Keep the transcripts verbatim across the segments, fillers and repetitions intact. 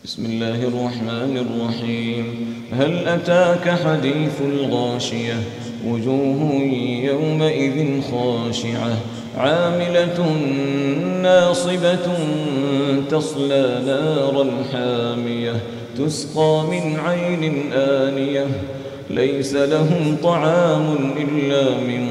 بسم الله الرحمن الرحيم. هل أتاك حديث الغاشية؟ وجوه يومئذ خاشعة عاملة ناصبة تصلى نارا حامية تسقى من عين آنية ليس لهم طعام إلا من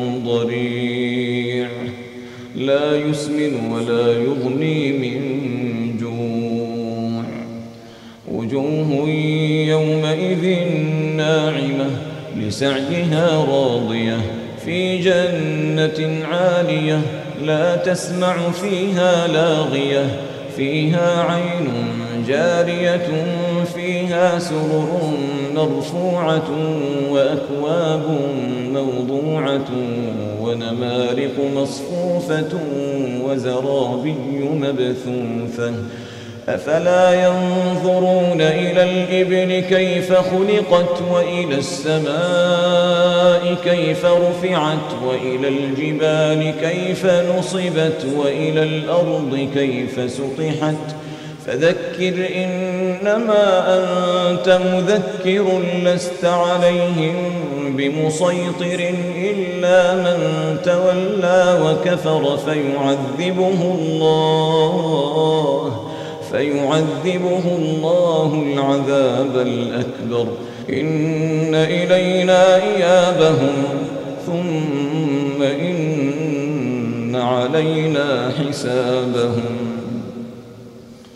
ضريع لا يسمن ولا يغني من جوع. وجوه يومئذ ناعمة لسعيها راضية في جنة عالية لا تسمع فيها لاغية فيها عين جارية فيها سرر مرفوعة وأكواب موضوعة ونمارق مصفوفة وزرابي مبثوثة. أفلا ينظرون إلى الإبل كيف خلقت وإلى السماء كيف رفعت وإلى الجبال كيف نصبت وإلى الأرض كيف سطحت. فذكر إنما أنت مذكر لست عليهم بمسيطر إلا من تولى وكفر فيعذبه الله فيعذبه الله العذاب الأكبر. إن إلينا إيابهم ثم إن علينا حسابهم.